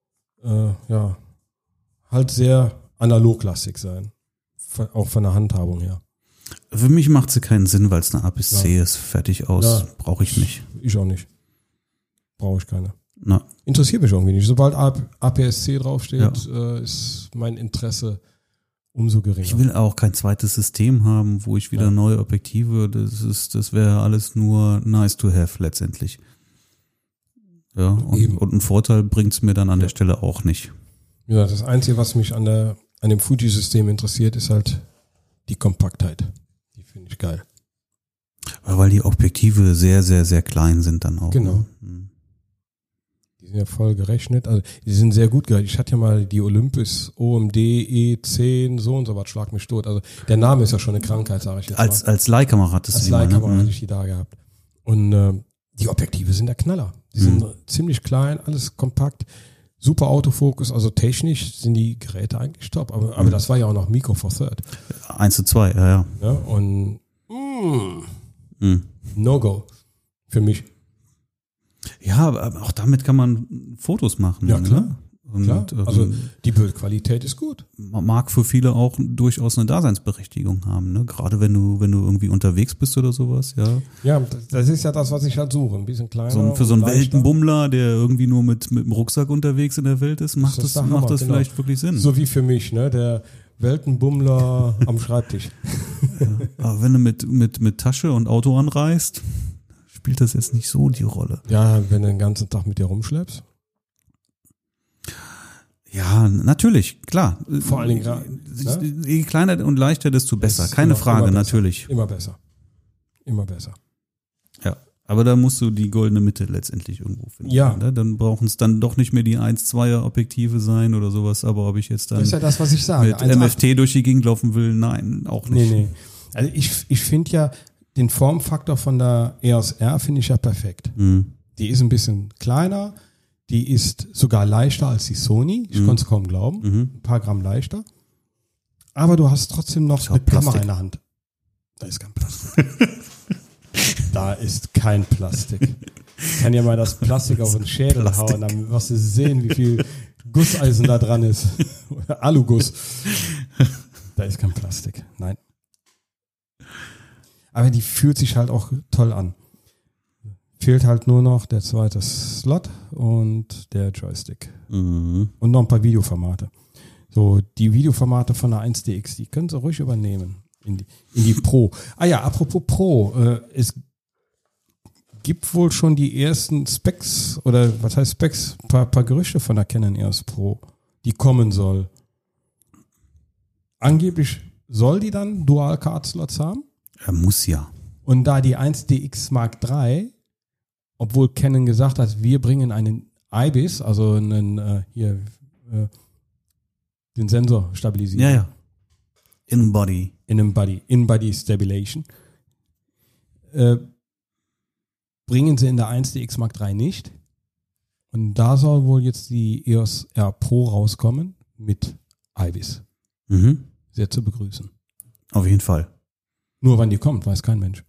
halt sehr analoglastig sein. Auch von der Handhabung her. Für mich macht sie keinen Sinn, weil es eine APS-C ist. Fertig aus. Ja. Brauche ich nicht. Ich auch nicht. Brauche ich keine. Na. Interessiert mich irgendwie nicht. Sobald APS-C draufsteht, ist mein Interesse umso geringer. Ich will auch kein zweites System haben, wo ich wieder neue Objektive, das wäre alles nur nice to have letztendlich. Ja, und einen Vorteil bringt es mir dann an der Stelle auch nicht. Ja, das Einzige, was mich an dem Fuji-System interessiert, ist halt die Kompaktheit. Die finde ich geil. Weil die Objektive sehr, sehr, sehr klein sind dann auch. Genau. Die sind ja voll gerechnet. Also die sind sehr gut gerechnet. Ich hatte ja mal die Olympus OMD E10 so und so was, schlag mich tot. Also der Name ist ja schon eine Krankheit, sage ich jetzt mal. Als Leihkamera hattest du die mal. Als Leihkamera hatte ich die da gehabt. Und die Objektive sind der Knaller. Die sind ziemlich klein, alles kompakt. Super Autofokus, also technisch sind die Geräte eigentlich top. Aber das war ja auch noch Micro Four Third. 1:2, ja. Und No-Go für mich. Ja, aber auch damit kann man Fotos machen. Ja, klar. Ne? Und, klar. Also die Bildqualität ist gut. Mag für viele auch durchaus eine Daseinsberechtigung haben, ne? Gerade wenn du irgendwie unterwegs bist oder sowas, ja. Ja, das ist ja das, was ich halt suche. Ein bisschen kleiner. Für so einen Weltenbummler, der irgendwie nur mit dem Rucksack unterwegs in der Welt ist, macht das vielleicht wirklich Sinn. So wie für mich, ne? Der Weltenbummler am Schreibtisch. Ja, aber wenn du mit Tasche und Auto anreist, spielt das jetzt nicht so die Rolle. Ja, wenn du den ganzen Tag mit dir rumschleppst. Ja, natürlich, klar. Vor allen Dingen, je kleiner und leichter, desto besser. Keine Frage, natürlich. Immer besser. Immer besser. Ja, aber da musst du die goldene Mitte letztendlich irgendwo finden. Ja. Ne? Dann brauchen es dann doch nicht mehr die 1-2er Objektive sein oder sowas, aber ob ich jetzt dann das ist ja das, was ich sage. mit MFT durch die Gegend laufen will, nein, auch nicht. Nee. Also ich finde ja, den Formfaktor von der EOS R finde ich ja perfekt. Die ist ein bisschen kleiner, die ist sogar leichter als die Sony. Ich konnte es kaum glauben. Ein paar Gramm leichter. Aber du hast trotzdem noch eine Kamera in der Hand. Da ist kein Plastik. Da ist kein Plastik. Ich kann ja mal das Plastik auf den Schädel hauen, dann wirst du sehen, wie viel Gusseisen da dran ist. Aluguss. Da ist kein Plastik. Nein. Aber die fühlt sich halt auch toll an. Fehlt halt nur noch der zweite Slot und der Joystick. Und noch ein paar Videoformate. So, die Videoformate von der 1DX, die können Sie ruhig übernehmen. In die Pro. Ah ja, apropos Pro. Es gibt wohl schon die ersten Specs, oder was heißt Specs? Paar Gerüchte von der Canon EOS Pro, die kommen soll. Angeblich soll die dann Dual-Card-Slots haben. Muss ja. Und da die 1DX Mark III, obwohl Canon gesagt hat, wir bringen einen IBIS, also einen den Sensor stabilisieren. Ja. In-Body Stabilization. Bringen sie in der 1DX Mark III nicht. Und da soll wohl jetzt die EOS R Pro rauskommen mit IBIS. Sehr zu begrüßen. Auf jeden Fall. Nur wann die kommt, weiß kein Mensch.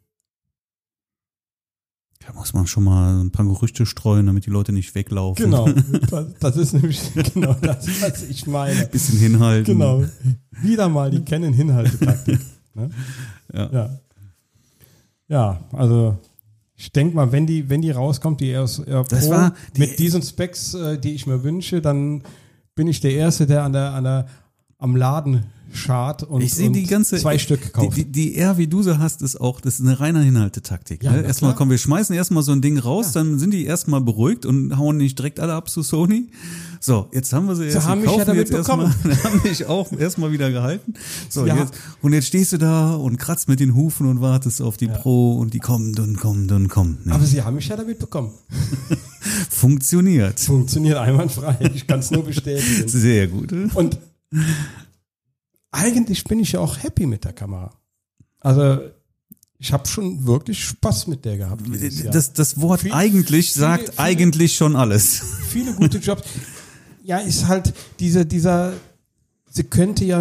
Da muss man schon mal ein paar Gerüchte streuen, damit die Leute nicht weglaufen. Genau, das ist nämlich genau das, was ich meine. Bisschen hinhalten. Genau, wieder mal die Canon-Hinhaltetaktik. Ne? Ja, also ich denke mal, wenn die rauskommt, die EOS R Pro, mit diesen Specs, die ich mir wünsche, dann bin ich der Erste, der an der am Laden schart und, ich sehe die ganze 2 Stück gekauft. Die eher wie du sie hast, ist eine reine Hinhaltetaktik. Ja, ne? Erstmal komm, wir schmeißen erstmal so ein Ding raus, dann sind die erstmal beruhigt und hauen nicht direkt alle ab zu Sony. So, jetzt haben wir sie erst haben mich ja damit bekommen. Haben mich auch erstmal wieder gehalten. So, jetzt stehst du da und kratzt mit den Hufen und wartest auf die Pro und die kommen und kommen und kommen. Ne? Aber sie haben mich ja damit bekommen. Funktioniert einwandfrei. Ich kann es nur bestätigen. Sehr gut. Und eigentlich bin ich ja auch happy mit der Kamera. Also ich habe schon wirklich Spaß mit der gehabt. Das Wort eigentlich sagt eigentlich schon alles. Viele gute Jobs. Ja, ist halt dieser, sie könnte ja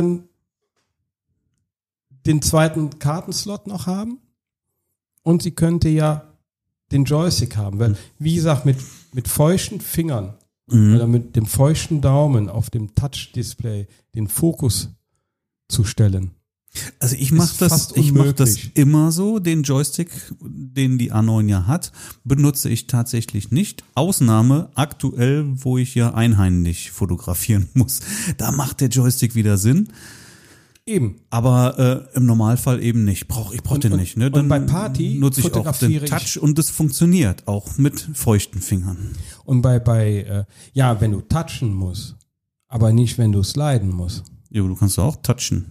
den zweiten Kartenslot noch haben und sie könnte ja den Joystick haben. Weil, wie gesagt, mit feuchten Fingern oder mit dem feuchten Daumen auf dem Touch-Display den Fokus zu stellen. Also ich mache das immer so, den Joystick, den die A9 ja hat, benutze ich tatsächlich nicht. Ausnahme aktuell, wo ich ja einhändig fotografieren muss. Da macht der Joystick wieder Sinn. Eben. Aber im Normalfall eben nicht. Ich brauch den nicht. Ne? Dann und bei Party nutze ich auch den Touch und das funktioniert auch mit feuchten Fingern. Und wenn du touchen musst, aber nicht, wenn du sliden musst. Ja, aber du kannst auch touchen.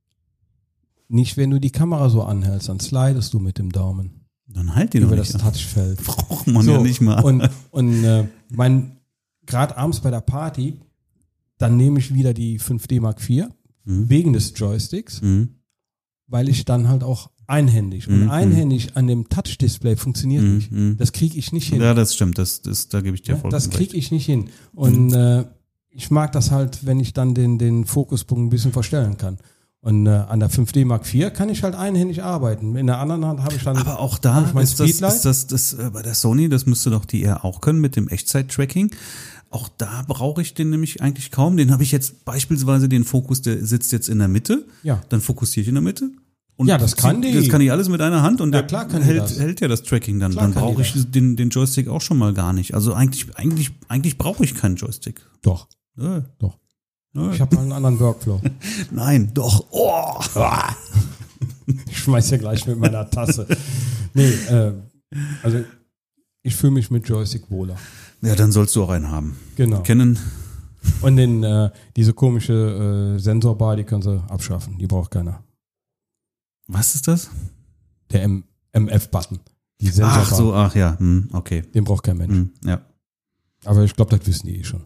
Nicht, wenn du die Kamera so anhältst, dann slidest du mit dem Daumen. Dann halt die über doch nicht das Touchfeld. Braucht man ja nicht mal. Und gerade abends bei der Party, dann nehme ich wieder die 5D Mark IV wegen des Joysticks, weil ich dann halt auch einhändig und einhändig an dem Touch-Display funktioniert nicht. Das kriege ich nicht hin. Ja, das stimmt. Da gebe ich dir vollkommen recht. Das kriege ich nicht hin. Und ich mag das halt, wenn ich dann den Fokuspunkt ein bisschen verstellen kann. Und an der 5D Mark IV kann ich halt einhändig arbeiten. In der anderen Hand habe ich dann. Aber auch da ist das bei der Sony, das müsste doch die eher auch können mit dem Echtzeit-Tracking. Auch da brauche ich den nämlich eigentlich kaum. Den habe ich jetzt beispielsweise den Fokus, der sitzt jetzt in der Mitte. Ja. Dann fokussiere ich in der Mitte. Und das kann die. Das kann ich alles mit einer Hand und ja, klar kann hält ja das Tracking dann. Dann brauche ich den Joystick auch schon mal gar nicht. Also eigentlich brauche ich keinen Joystick. Doch. Doch. Ich habe mal einen anderen Workflow. Nein, doch. Oh. Ich schmeiß ja gleich mit meiner Tasse. Nee, also ich fühle mich mit Joystick wohler. Ja, dann sollst du auch einen haben. Genau. Kennen. Und diese komische Sensorbar, die können sie abschaffen. Die braucht keiner. Was ist das? Der MF-Button. Die Sensorbar. Ach ja, okay. Den braucht kein Mensch. Ja. Aber ich glaube, das wissen die schon.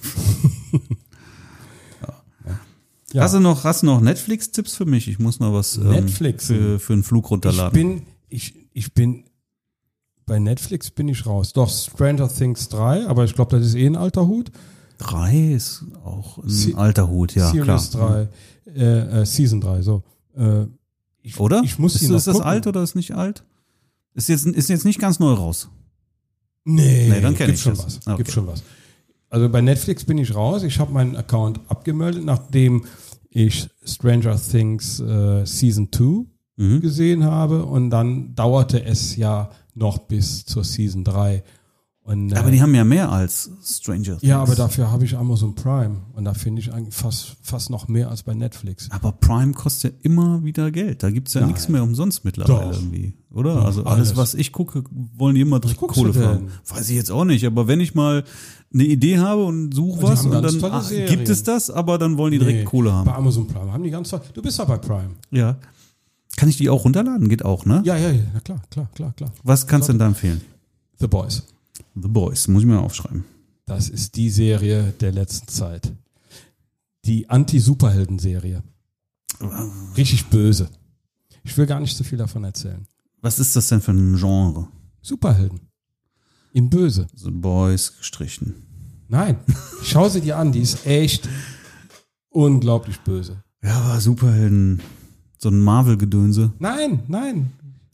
Ja. Hast du noch Netflix-Tipps für mich? Ich muss noch was Netflix für einen Flug runterladen. Ich bin bei Netflix bin ich raus. Doch, Stranger Things 3, aber ich glaube, das ist ein alter Hut. 3 ist auch ein alter Hut, ja, Series klar. 3, Season 3, so. Oder? Ich muss ist das alt oder ist nicht alt? Ist jetzt nicht ganz neu raus. Nee, dann kenne ich schon das. Was. Okay. Gibt schon was. Also bei Netflix bin ich raus. Ich habe meinen Account abgemeldet, nachdem ich Stranger Things Season 2 gesehen habe. Und dann dauerte es ja noch bis zur Season 3. Und, aber die haben ja mehr als Stranger Things. Ja, aber dafür habe ich Amazon Prime. Und da finde ich eigentlich fast noch mehr als bei Netflix. Aber Prime kostet ja immer wieder Geld. Da gibt's ja nichts mehr umsonst mittlerweile irgendwie. Oder? Doch, also alles, was ich gucke, wollen die immer direkt Kohle haben. Weiß ich jetzt auch nicht. Aber wenn ich mal eine Idee habe und suche was und dann gibt es das, aber dann wollen die direkt Kohle haben. Bei Amazon Prime haben die ganz toll. Du bist ja bei Prime. Ja. Kann ich die auch runterladen? Geht auch, ne? Ja, klar. Was kannst du denn da empfehlen? The Boys. The Boys, muss ich mir aufschreiben. Das ist die Serie der letzten Zeit. Die Anti-Superhelden-Serie. Richtig böse. Ich will gar nicht so viel davon erzählen. Was ist das denn für ein Genre? Superhelden. In böse. The Boys gestrichen. Nein, schau sie dir an, die ist echt unglaublich böse. Ja, aber Superhelden, so ein Marvel-Gedönse. Nein.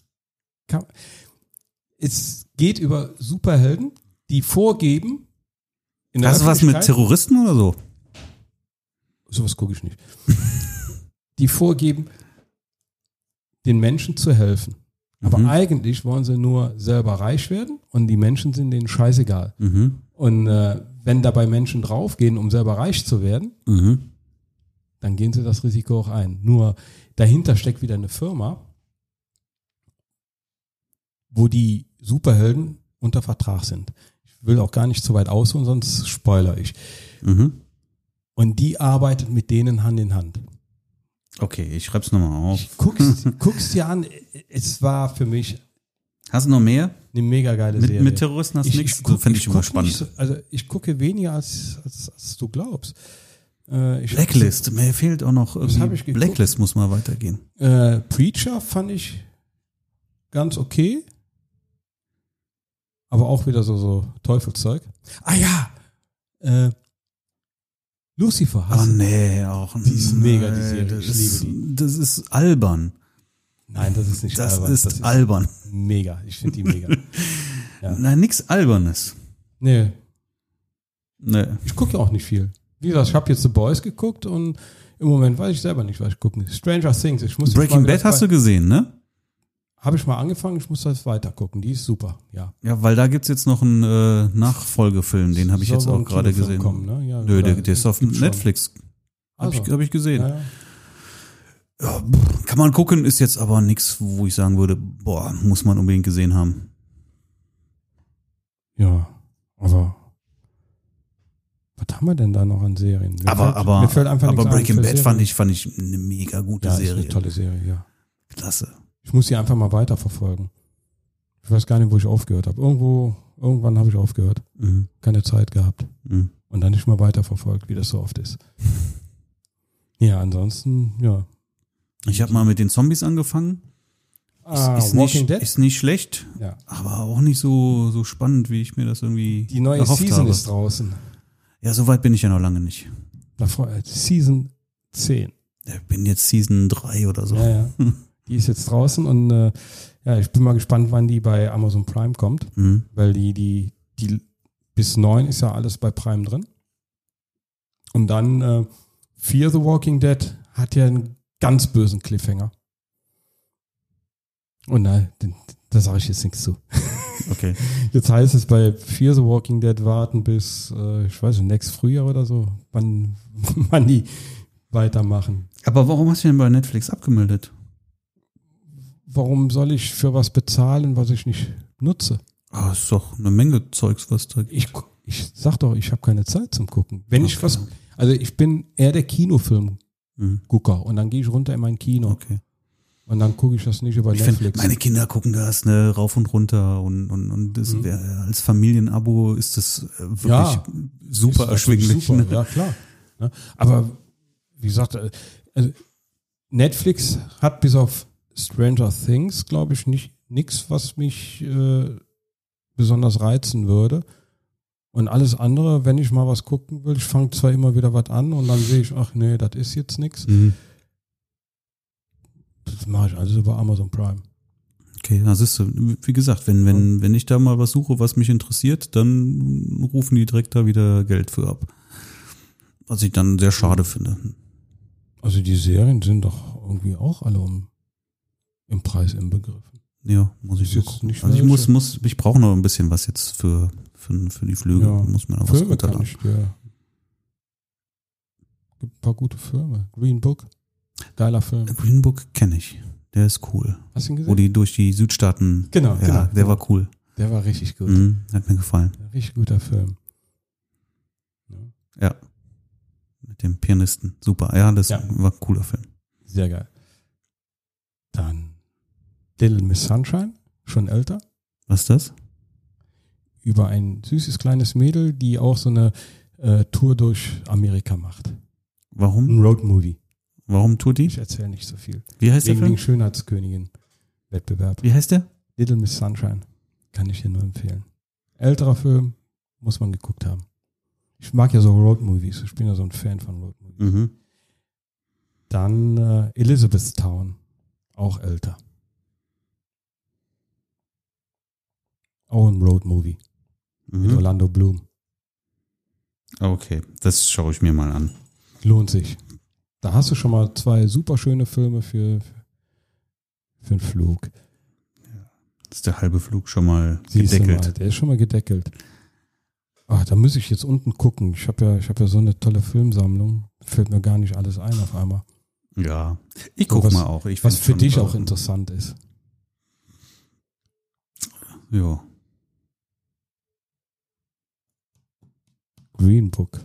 Es geht über Superhelden, die vorgeben. Hast du was mit Terroristen oder so? Sowas gucke ich nicht. Die vorgeben, den Menschen zu helfen. Aber eigentlich wollen sie nur selber reich werden und die Menschen sind denen scheißegal. Und wenn dabei Menschen draufgehen, um selber reich zu werden, dann gehen sie das Risiko auch ein. Nur dahinter steckt wieder eine Firma, wo die Superhelden unter Vertrag sind. Ich will auch gar nicht zu weit ausholen, sonst spoilere ich. Mhm. Und die arbeitet mit denen Hand in Hand. Okay, ich schreib's nochmal auf. Guck's dir an. Es war für mich Hast du noch mehr? eine mega geile Serie. Mit Terroristen hast du nichts? So finde ich immer spannend. Also ich gucke weniger, als du glaubst. Blacklist, mir fehlt auch noch irgendwie. Blacklist muss mal weitergehen. Preacher fand ich ganz okay. Aber auch wieder so Teufelszeug. Ah ja! Lucifer. Oh nee, auch die ist mega, die Serie. Ich liebe die. Das ist albern. Nein, das ist nicht albern. Das ist albern. Mega, ich finde die mega. Ja. Nein, nix Albernes. Nee. Ich gucke ja auch nicht viel. Wie gesagt, ich habe jetzt The Boys geguckt und im Moment weiß ich selber nicht, was ich gucke. Stranger Things. Breaking Bad hast du gesehen, ne? Habe ich mal angefangen, ich muss das weiter gucken. Die ist super, ja. Ja, weil da gibt's jetzt noch einen Nachfolgefilm, den habe ich jetzt auch gerade gesehen. Kommen, ne? Ja, nö, der ist auf Netflix. Hab ich gesehen. Ja. Ja, kann man gucken, ist jetzt aber nichts, wo ich sagen würde, boah, muss man unbedingt gesehen haben. Ja, aber was haben wir denn da noch an Serien? Mir fällt einfach aber Breaking Bad fand ich ich eine mega gute Serie. Ist eine tolle Serie, ja. Klasse. Ich muss sie einfach mal weiterverfolgen. Ich weiß gar nicht, wo ich aufgehört habe. Irgendwann habe ich aufgehört. Mhm. Keine Zeit gehabt. Mhm. Und dann nicht mal weiterverfolgt, wie das so oft ist. Ja, ansonsten, ja. Ich habe mal mit den Zombies angefangen. Ist nicht schlecht, ja. Aber auch nicht so spannend, wie ich mir das irgendwie Die neue erhofft Season habe. ist draußen. Ja, so weit bin ich ja noch lange nicht. Season 10. Ich bin jetzt Season 3 oder so. Ja. Die ist jetzt draußen und ich bin mal gespannt, wann die bei Amazon Prime kommt. Mhm. Weil die bis 9 ist ja alles bei Prime drin. Und dann Fear the Walking Dead hat ja einen ganz bösen Cliffhanger. Und nein, da sage ich jetzt nichts zu. Okay. Jetzt heißt es bei Fear the Walking Dead warten bis, ich weiß nicht, nächstes Frühjahr oder so, wann die weitermachen. Aber warum hast du denn bei Netflix abgemeldet? Warum soll ich für was bezahlen, was ich nicht nutze? Ah, ist doch eine Menge Zeugs, was da gibt. Ich sag doch, ich habe keine Zeit zum Gucken. Wenn ich ich bin eher der Kinofilm-Gucker und dann gehe ich runter in mein Kino. Okay. Und dann gucke ich das nicht über Netflix. Meine Kinder gucken das rauf und runter und das als Familienabo ist das wirklich super erschwinglich. Super, ja klar. Ja, aber wie gesagt, also Netflix hat bis auf Stranger Things, glaube ich, nichts, was mich besonders reizen würde. Und alles andere, wenn ich mal was gucken will, ich fange zwar immer wieder was an und dann sehe ich, ach nee, das ist jetzt nichts. Mhm. Das mache ich alles über Amazon Prime. Okay, das ist, wie gesagt, wenn ich da mal was suche, was mich interessiert, dann rufen die direkt da wieder Geld für ab. Was ich dann sehr schade finde. Also die Serien sind doch irgendwie auch alle im Preis inbegriffen. Ja, muss ich jetzt nicht. Also ich brauche noch ein bisschen was jetzt für die Flüge. Ja, muss mir noch was Filme kann ich dir. Gibt ein paar gute Filme. Green Book. Geiler Film. Green Book kenne ich. Der ist cool. Hast du ihn gesehen? Wo die durch die Südstaaten. Genau. Der war cool. Der war richtig gut. Hat mir gefallen. Ein richtig guter Film. Ja. Mit dem Pianisten. Super. Ja, das war ein cooler Film. Sehr geil. Dann Little Miss Sunshine. Schon älter. Was ist das? Über ein süßes kleines Mädel, die auch so eine Tour durch Amerika macht. Warum? Ein Roadmovie. Warum tut die? Ich erzähle nicht so viel. Wie heißt der Film? Wegen Schönheitskönigin-Wettbewerb. Wie heißt der? Little Miss Sunshine. Kann ich dir nur empfehlen. Älterer Film, muss man geguckt haben. Ich mag ja so Roadmovies. Ich bin ja so ein Fan von Roadmovies. Mhm. Dann Elizabethtown. Auch älter. Auch ein Roadmovie. Mit Orlando Bloom. Okay, das schaue ich mir mal an. Lohnt sich. Da hast du schon mal 2 super schöne Filme für einen Flug. Ja, ist der halbe Flug schon mal gedeckelt. Der ist schon mal gedeckelt. Ach, da muss ich jetzt unten gucken. Ich hab ja so eine tolle Filmsammlung. fällt mir gar nicht alles ein auf einmal. Ja, ich gucke mal auch. Was für dich auch interessant ist. Ja. Green Book.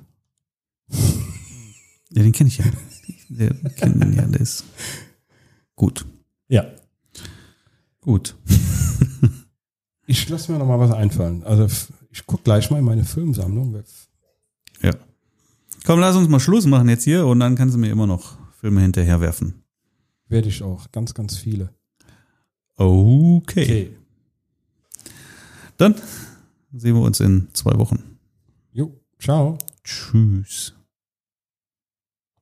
Ja, den kenne ich ja. Der kennt ihn ja, der ist gut. Ja. Gut. Ich lasse mir noch mal was einfallen. Also ich gucke gleich mal in meine Filmsammlung. Ja. Komm, lass uns mal Schluss machen jetzt hier und dann kannst du mir immer noch Filme hinterherwerfen. Werde ich auch. Ganz, ganz viele. Okay. Dann sehen wir uns in 2 Wochen. Jo, ciao. Tschüss.